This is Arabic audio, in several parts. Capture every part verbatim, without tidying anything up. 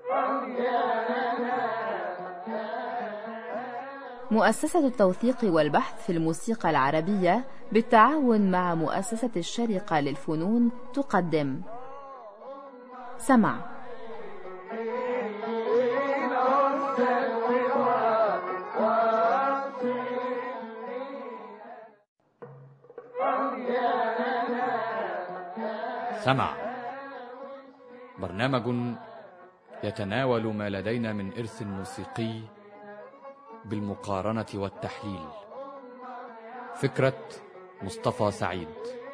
مؤسسة التوثيق والبحث في الموسيقى العربية بالتعاون مع مؤسسة الشارقة للفنون تقدم سمع. سمع برنامج يتناول ما لدينا من إرث موسيقي بالمقارنة والتحليل. فكرة مصطفى سعيد.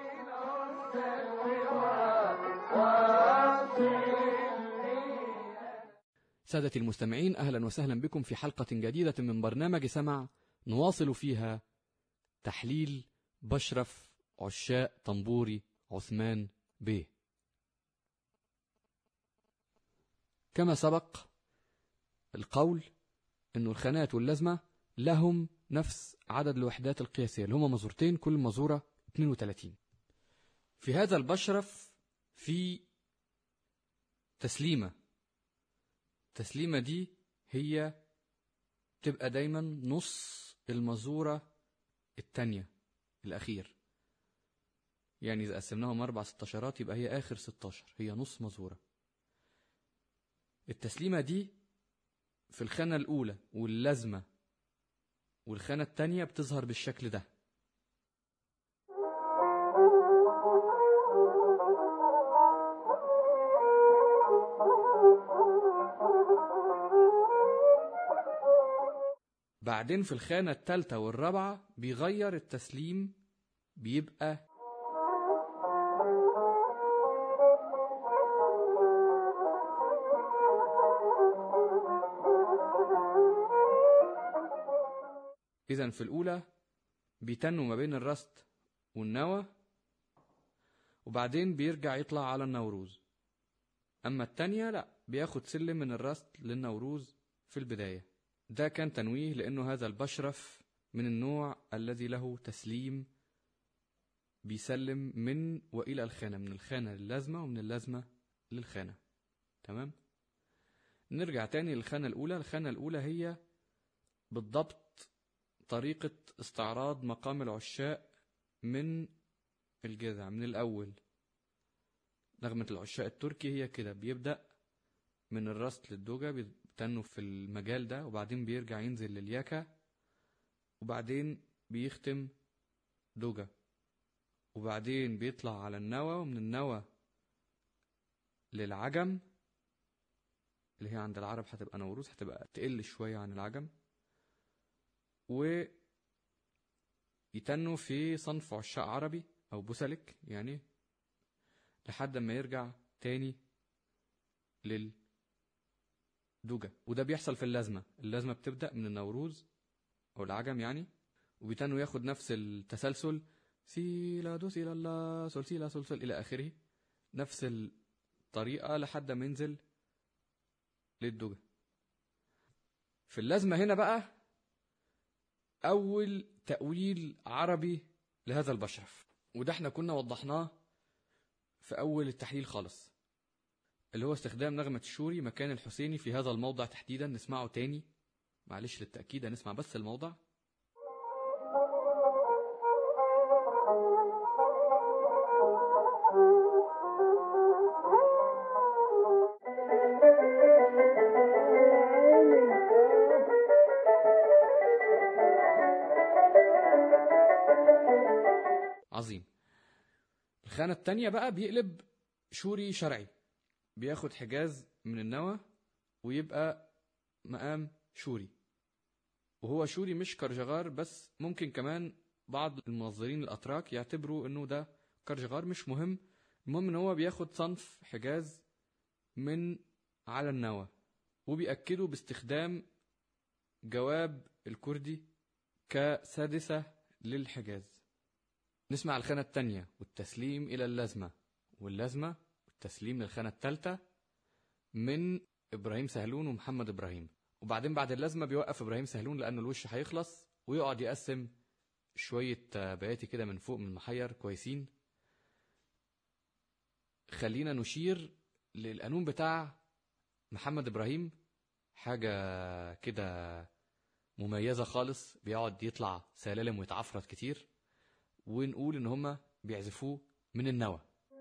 سادتي المستمعين، أهلا وسهلا بكم في حلقة جديدة من برنامج سمع، نواصل فيها تحليل بشرف عشاق طنبوري عثمان بيه. كما سبق القول أن الخانات واللازمة لهم نفس عدد الوحدات القياسية اللي هما مزورتين، كل مزورة اثنين وثلاثين. في هذا البشرف في تسليمة. التسليمة دي هي تبقى دايما نص المزورة التانية الأخير، يعني إذا قسمناهم أربع ستاشرات يبقى هي آخر ستاشر، هي نص مزورة. التسليمة دي في الخانة الأولى واللازمة والخانة التانية بتظهر بالشكل ده. بعدين في الخانة التالتة والرابعة بيغير التسليم، بيبقى إذن في الأولى بيتنوا ما بين الرست والنوى، وبعدين بيرجع يطلع على النوروز. أما التانية لا، بياخد سلم من الرست للنوروز في البداية. ده كان تنويه لأنه هذا البشرف من النوع الذي له تسليم، بيسلم من وإلى الخانة، من الخانة لللازمة ومن اللازمة للخانة. تمام؟ نرجع تاني للخانة الأولى. الخانة الأولى هي بالضبط طريقة استعراض مقام العشاق من الجذع من الأول. نغمة العشاق التركي هي كده، بيبدأ من الرست للدوجة، بيتنوا في المجال ده، وبعدين بيرجع ينزل للياكا، وبعدين بيختم دوجة، وبعدين بيطلع على النوى، ومن النوى للعجم اللي هي عند العرب هتبقى نوروز، هتبقى تقل شوية عن العجم، ويتنوا في صنف عشاق عربي أو بوسلك يعني، لحد ما يرجع تاني للدوجة. وده بيحصل في اللازمة. اللازمة بتبدأ من النوروز أو العجم يعني، وبيتنوا ياخد نفس التسلسل، سي لا دو سي لا لا سول سي لا سول سول إلى آخره، نفس الطريقة لحد ما ينزل للدوجة. في اللازمة هنا بقى أول تأويل عربي لهذا البشرف، وده احنا كنا وضحناه في أول التحليل خالص، اللي هو استخدام نغمة الشوري مكان الحسيني في هذا الموضع تحديدا. نسمعه تاني معلش للتأكيد، هنسمع بس الموضع. عظيم. الخانة التانية بقى بيقلب شوري شرعي، بياخد حجاز من النوى ويبقى مقام شوري. وهو شوري مش كرجغار بس، ممكن كمان بعض المنظرين الأتراك يعتبروا انه ده كرجغار، مش مهم. المهم ان هو بياخد صنف حجاز من على النوى، وبيأكدوا باستخدام جواب الكردي كسادسة للحجاز. نسمع الخانة التانية والتسليم إلى اللازمة، واللازمة والتسليم للخانة التالتة من إبراهيم سهلون ومحمد إبراهيم. وبعدين بعد اللازمة بيوقف إبراهيم سهلون لأنه الوش هيخلص، ويقعد يقسم شوية بياتي كده من فوق من المحير كويسين. خلينا نشير للقانون بتاع محمد إبراهيم حاجة كده مميزة خالص، بيقعد يطلع سلالم ويتعفرت كتير، ونقول إن هما بيعزفوه من النوى.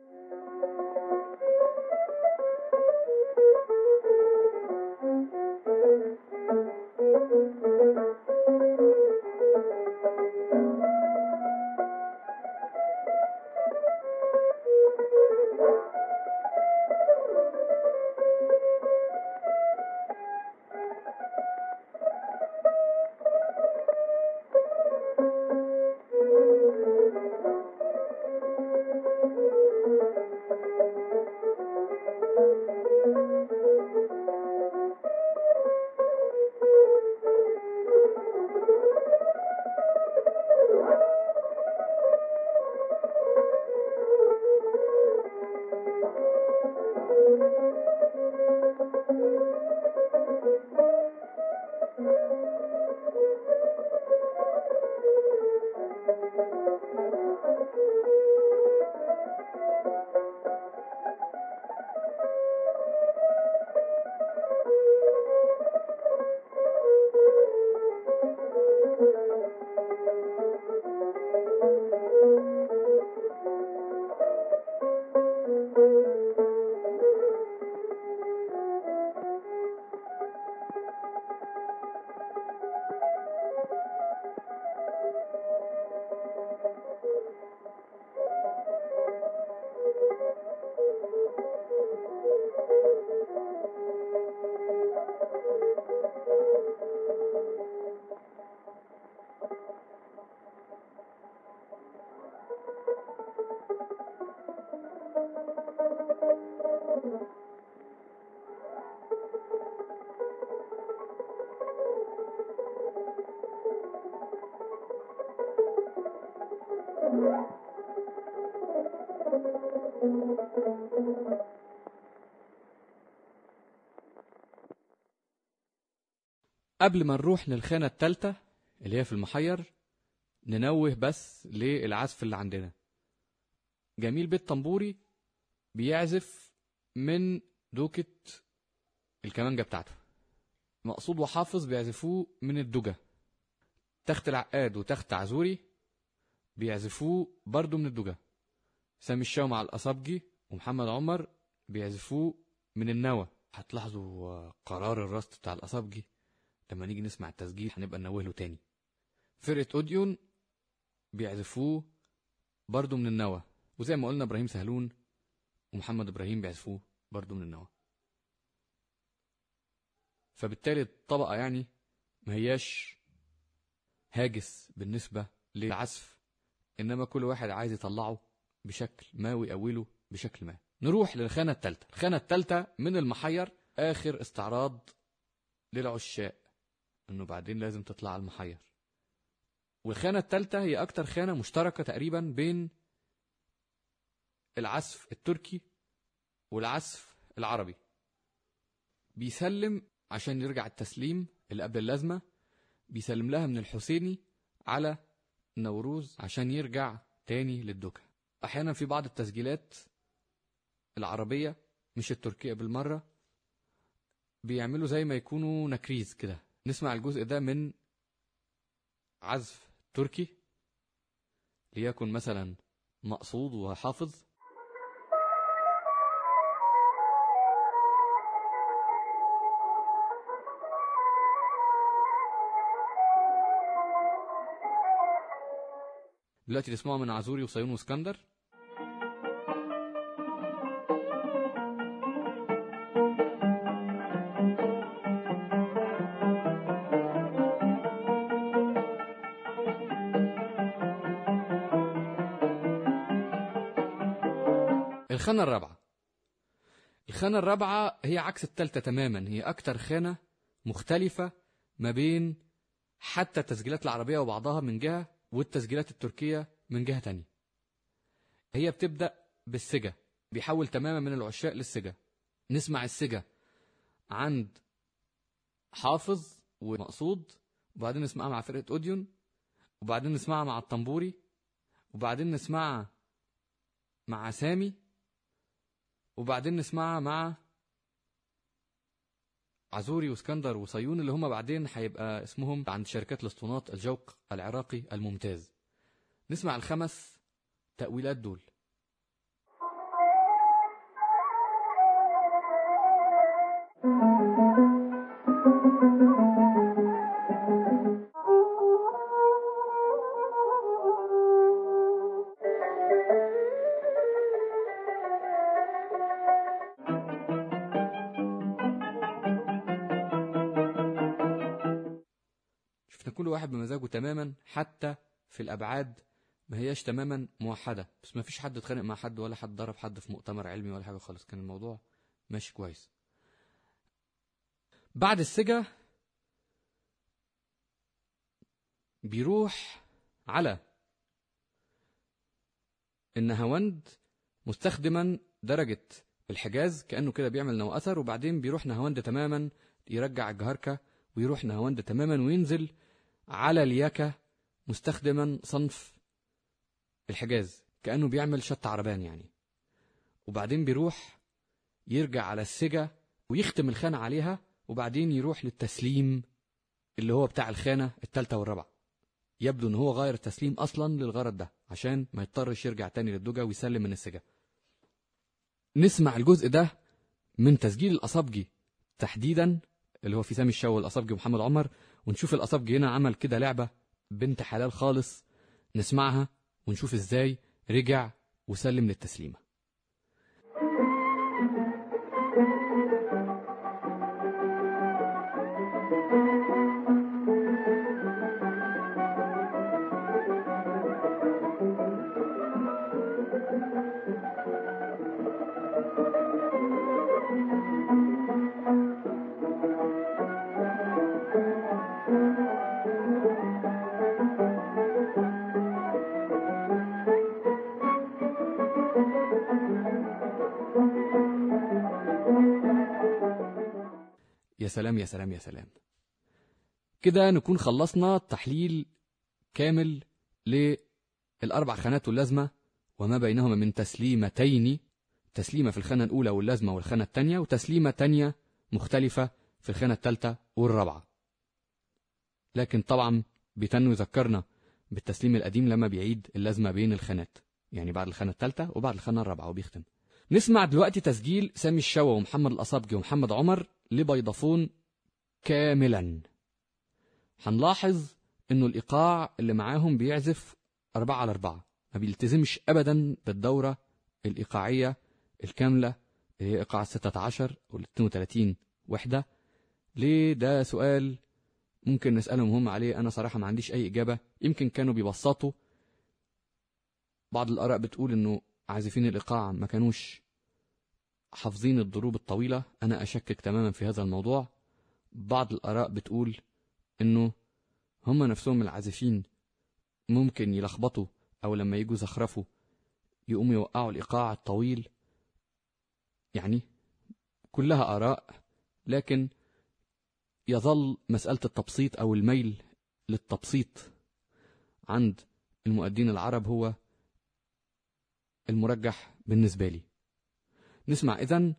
قبل ما نروح للخانة التالتة اللي هي في المحير، ننوه بس للعزف اللي عندنا. جميل بيه الطنبوري بيعزف من دوكة الكمانجة بتاعته. مقصود وحافظ بيعزفوه من الدجى. تخت العقاد وتخت عزوري بيعزفوه برضو من الدجى. سامي الشاو مع الأصابجي ومحمد عمر بيعزفوه من النوى. هتلاحظوا قرار الراست بتاع الأصابجي لما نيجي نسمع التسجيل هنبقى ننوه له تاني. فرقة أوديون بيعزفوه برضو من النوى، وزي ما قلنا إبراهيم سهلون ومحمد إبراهيم بيعزفوه برضو من النوى. فبالتالي الطبقة يعني ما هياش هاجس بالنسبة للعزف، إنما كل واحد عايز يطلعه بشكل ما ويقوله بشكل ما. نروح للخانة التالتة. الخانة التالتة من المحير آخر استعراض للعشاق، إنه بعدين لازم تطلع المحير. والخانة التالتة هي أكتر خانة مشتركة تقريبا بين العزف التركي والعزف العربي. بيسلم عشان يرجع التسليم اللي قبل اللازمة، بيسلم لها من الحسيني على نوروز عشان يرجع تاني للدوكة. أحيانا في بعض التسجيلات العربية مش التركية بالمرة بيعملوا زي ما يكونوا نكريز كده. نسمع الجزء ده من عزف تركي ليكن مثلا مقصود وحافظ. دلوقتي نسمعه من عزوري وصيون واسكندر. الخانة الرابعة. الخانة الرابعة هي عكس التالتة تماما، هي أكتر خانة مختلفة ما بين حتى التسجيلات العربية وبعضها من جهة والتسجيلات التركية من جهة تانية. هي بتبدأ بالسجة، بيحول تماما من العشاق للسجة. نسمع السجة عند حافظ ومقصود، وبعدين نسمعها مع فرقة أوديون، وبعدين نسمعها مع الطنبوري، وبعدين نسمعها مع سامي، وبعدين نسمعها مع عزوري واسكندر وصيون اللي هم بعدين هيبقى اسمهم عند شركات الاسطوانات الجوق العراقي الممتاز. نسمع الخمس تأويلات دول. شفنا كل واحد بمزاجه تماما، حتى في الأبعاد ما هياش تماما موحدة، بس ما فيش حد اتخانق مع حد ولا حد ضرب حد في مؤتمر علمي ولا حاجة خالص، كان الموضوع ماشي كويس. بعد السجا بيروح على النهاوند مستخدما درجة الحجاز كأنه كده بيعمل نوع أثر، وبعدين بيروح نهاوند تماما يرجع الجهركة، ويروح نهاوند تماما وينزل على الياكة مستخدما صنف الحجاز كأنه بيعمل شط عربان يعني، وبعدين بيروح يرجع على السجا ويختم الخانة عليها، وبعدين يروح للتسليم اللي هو بتاع الخانة التالتة والرابعة. يبدو ان هو غير التسليم اصلا للغرض ده عشان ما يضطرش يرجع تاني للدوجة ويسلم من السجا. نسمع الجزء ده من تسجيل الأصابجي تحديدا اللي هو في سامي الشاوي الأصابجي ومحمد عمر، ونشوف الأصابجي هنا عمل كده لعبة بنت حلال خالص، نسمعها ونشوف ازاي رجع وسلم للتسليمة. يا سلام يا سلام يا سلام. كده نكون خلصنا تحليل كامل للأربع خانات واللازمة وما بينهما من تسليمتين، تسليمة في الخانة الأولى واللازمة والخانة الثانية، وتسليمة تانية مختلفة في الخانة الثالثة والرابعة. لكن طبعا بيتنو يذكرنا بالتسليم القديم لما بيعيد اللازمة بين الخانات، يعني بعد الخانة الثالثة وبعد الخانة الرابعة وبيختم. نسمع دلوقتي تسجيل سامي الشاوي ومحمد الأصابجي ومحمد عمر لبيضافون كاملا. هنلاحظ انه الايقاع اللي معاهم بيعزف أربعة على أربعة، ما بيلتزمش ابدا بالدورة الايقاعية الكاملة اللي هي ايقاع ستة عشر وال اثنين وثلاثين وحدة. ليه؟ ده سؤال ممكن نسألهم هم عليه، انا صراحة ما عنديش اي اجابة. يمكن كانوا بيبسطوا، بعض الاراء بتقول انه عازفين الايقاع ما كانوش حافظين الضروب الطويلة، انا اشكك تماما في هذا الموضوع. بعض الآراء بتقول إنه هم نفسهم العازفين ممكن يلخبطوا، أو لما يجوا زخرفوا يقوموا يوقعوا الإيقاع الطويل. يعني كلها آراء، لكن يظل مسألة التبسيط أو الميل للتبسيط عند المؤدين العرب هو المرجح بالنسبة لي. نسمع إذن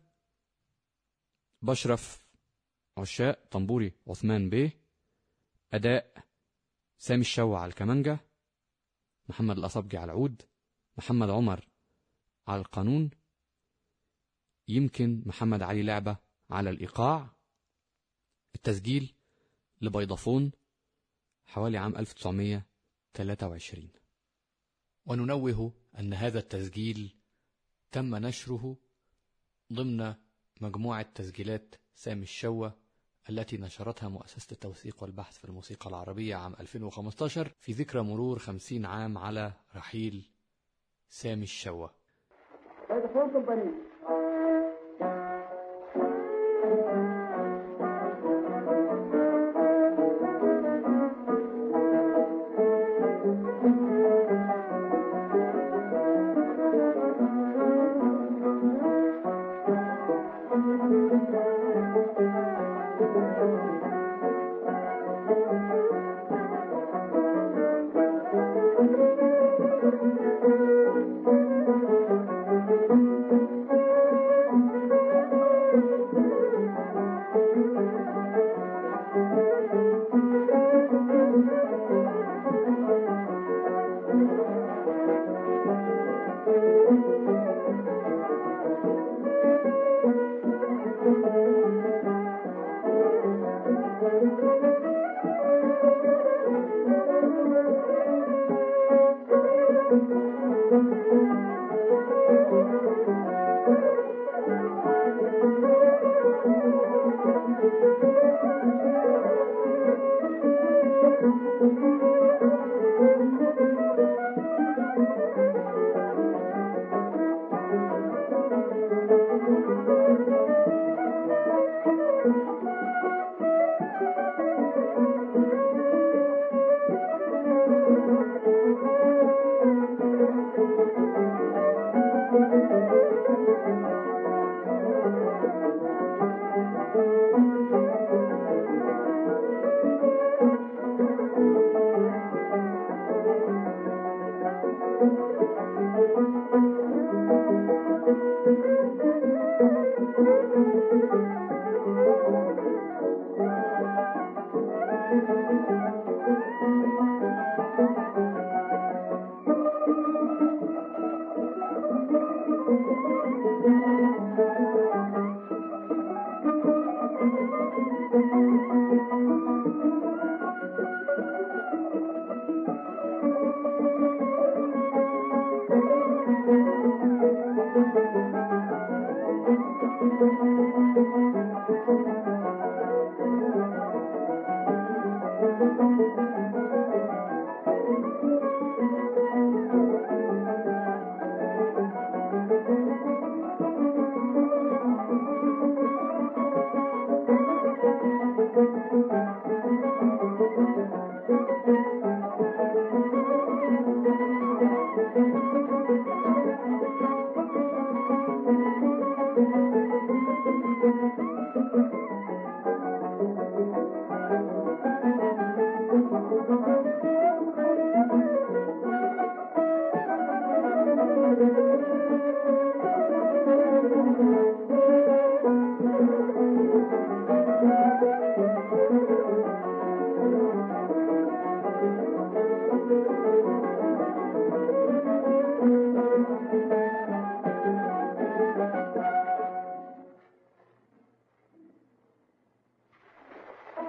بشرف عشاق طنبوري عثمان بيه، أداء سامي الشاوي على الكمانجة، محمد الأصابجي على العود، محمد عمر على القانون، يمكن محمد علي لعبة على الإيقاع. التسجيل لبيضافون حوالي عام ألف وتسعمائة وثلاثة وعشرين. وننوه أن هذا التسجيل تم نشره ضمن مجموعة تسجيلات سامي الشاوي التي نشرتها مؤسسة التوثيق والبحث في الموسيقى العربية عام ألفين وخمسة عشر في ذكرى مرور خمسين عام على رحيل سامي الشاوي.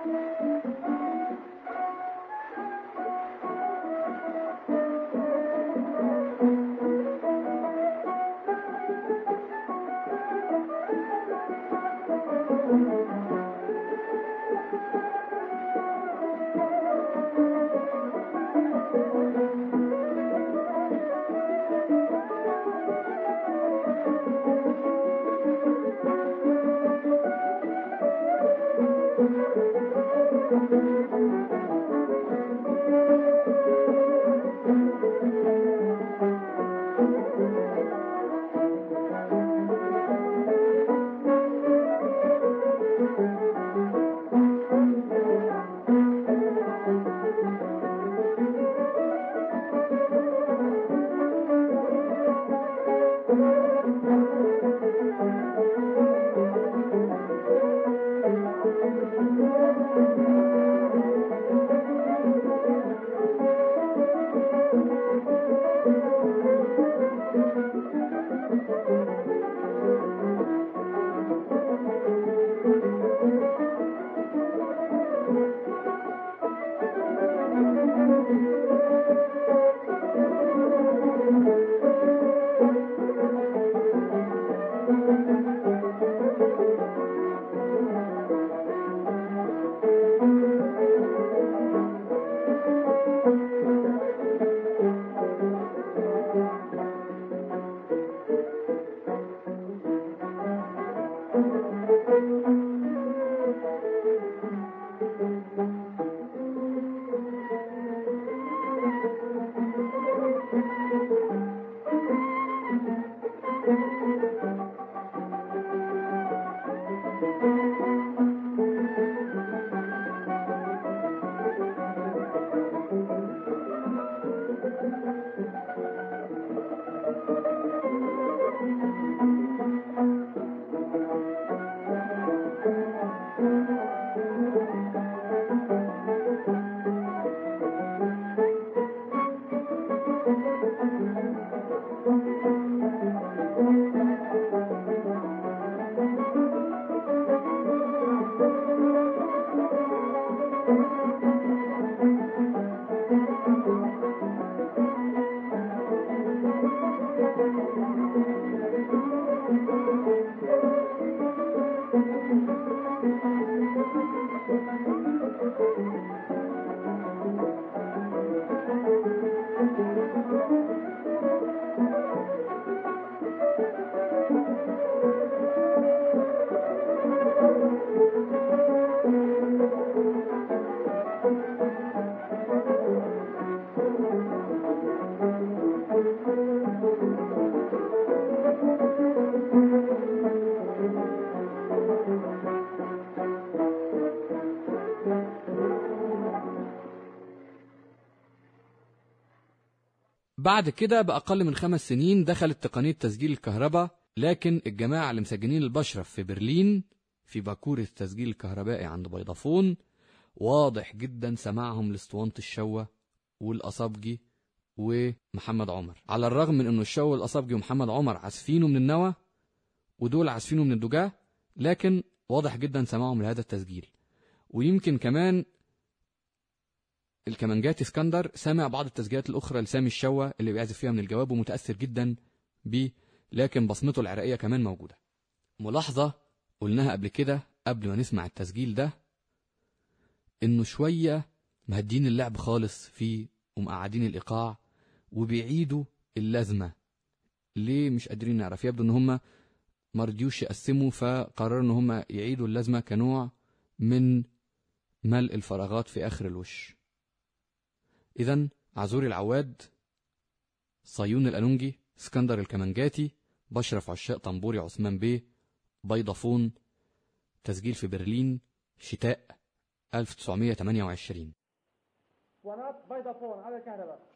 بعد كده بأقل من خمس سنين دخلت تقنية تسجيل الكهرباء، لكن الجماعة اللي مسجلين البشرف في برلين في باكورة التسجيل الكهربائي عند بيضافون واضح جدا سماعهم لاسطوانة الشوة والأصابجي ومحمد عمر، على الرغم من أنه الشوة والأصابجي ومحمد عمر عازفينه من النوى ودول عازفينه من الدجاه، لكن واضح جدا سماعهم لهذا التسجيل. ويمكن كمان الكمانجاتي اسكندر سمع بعض التسجيلات الأخرى لسامي الشوة اللي بيعزف فيها من الجواب ومتأثر جدا بيه، لكن بصمته العراقية كمان موجودة. ملاحظة قلناها قبل كده قبل ما نسمع التسجيل ده، إنه شوية مهدين اللعب خالص فيه ومقعدين الإيقاع وبيعيدوا اللازمة. ليه مش قادرين نعرف، يبدو إن هم مرضيوش يقسموا فقرروا إن هم يعيدوا اللازمة كنوع من ملء الفراغات في آخر الوش. إذن عزوري العواد، صيون الأنونجي، اسكندر الكمانجاتي، بشرف عشاق طنبوري عثمان بيه، بيضافون، تسجيل في برلين شتاء ألف وتسعمائة وثمانية وعشرين. اسطوانات بيضافون على الكهرباء.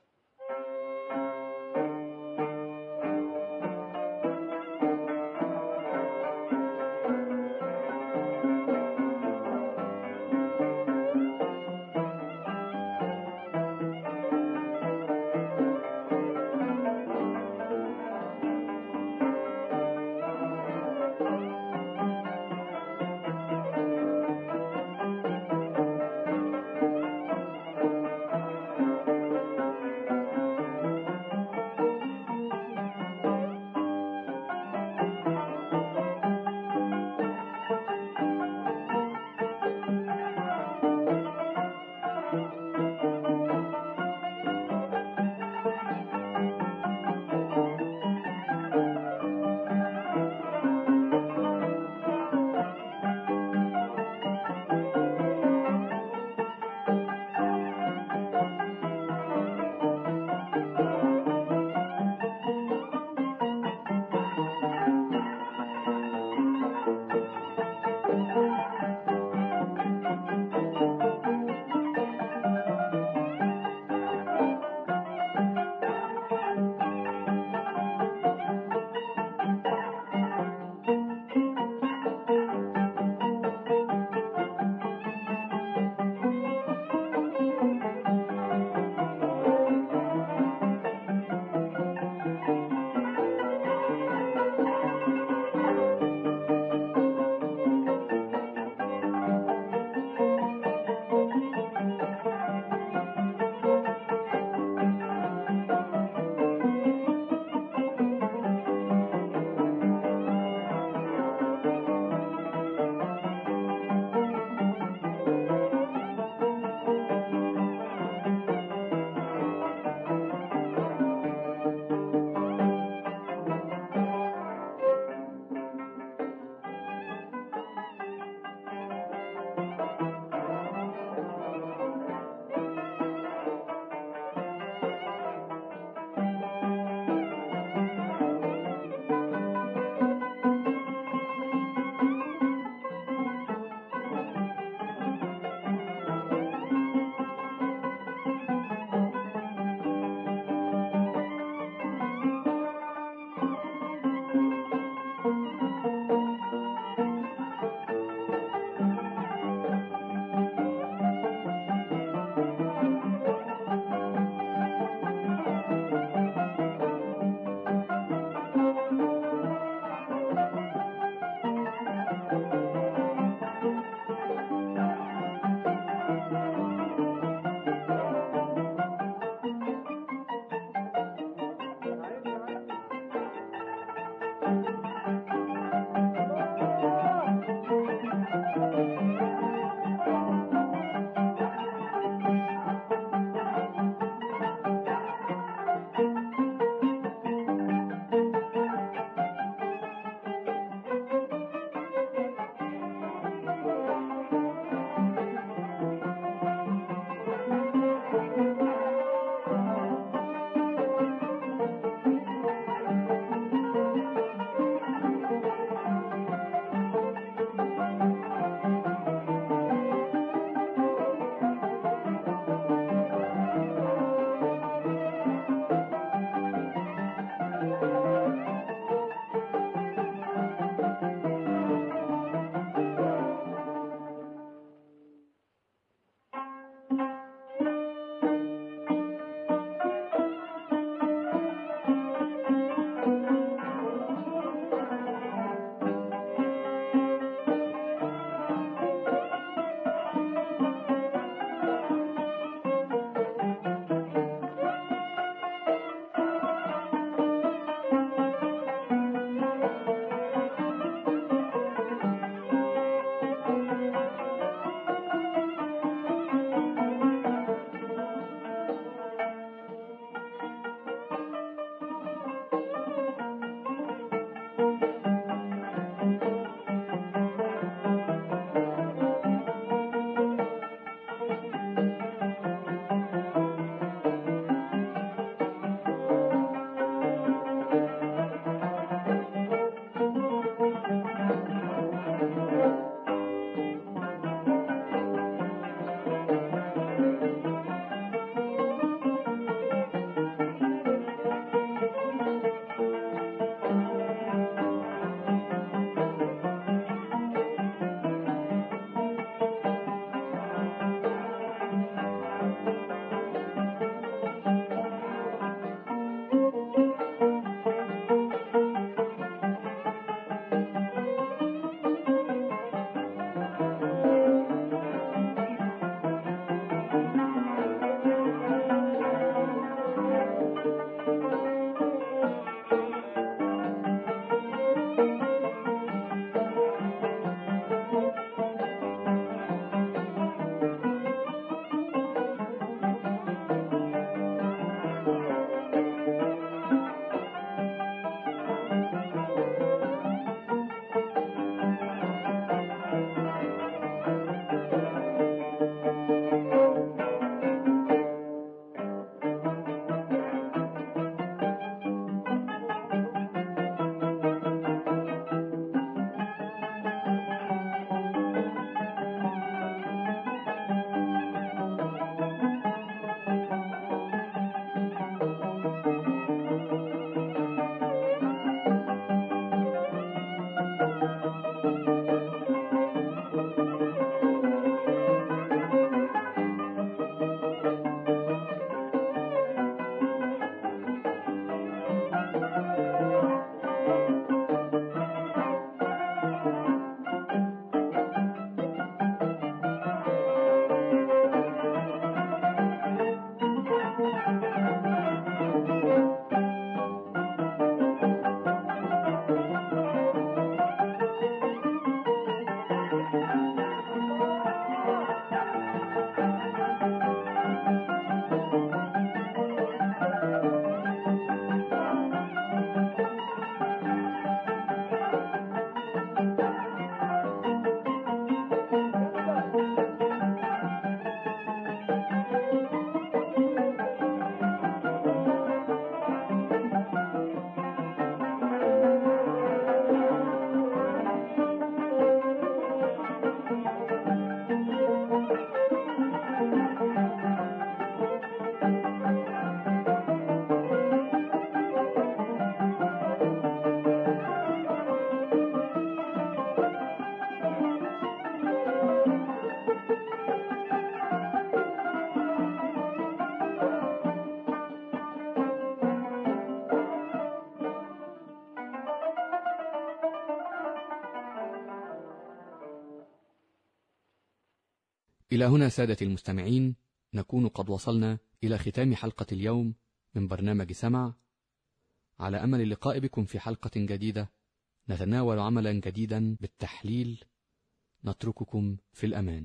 إلى هنا سادتي المستمعين نكون قد وصلنا إلى ختام حلقة اليوم من برنامج سمع، على أمل اللقاء بكم في حلقة جديدة نتناول عملا جديدا بالتحليل. نترككم في الأمان.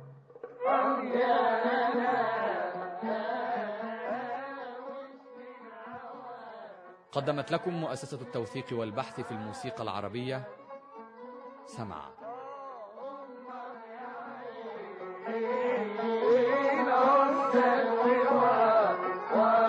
قدمت لكم مؤسسة التوثيق والبحث في الموسيقى العربية سمع. Oh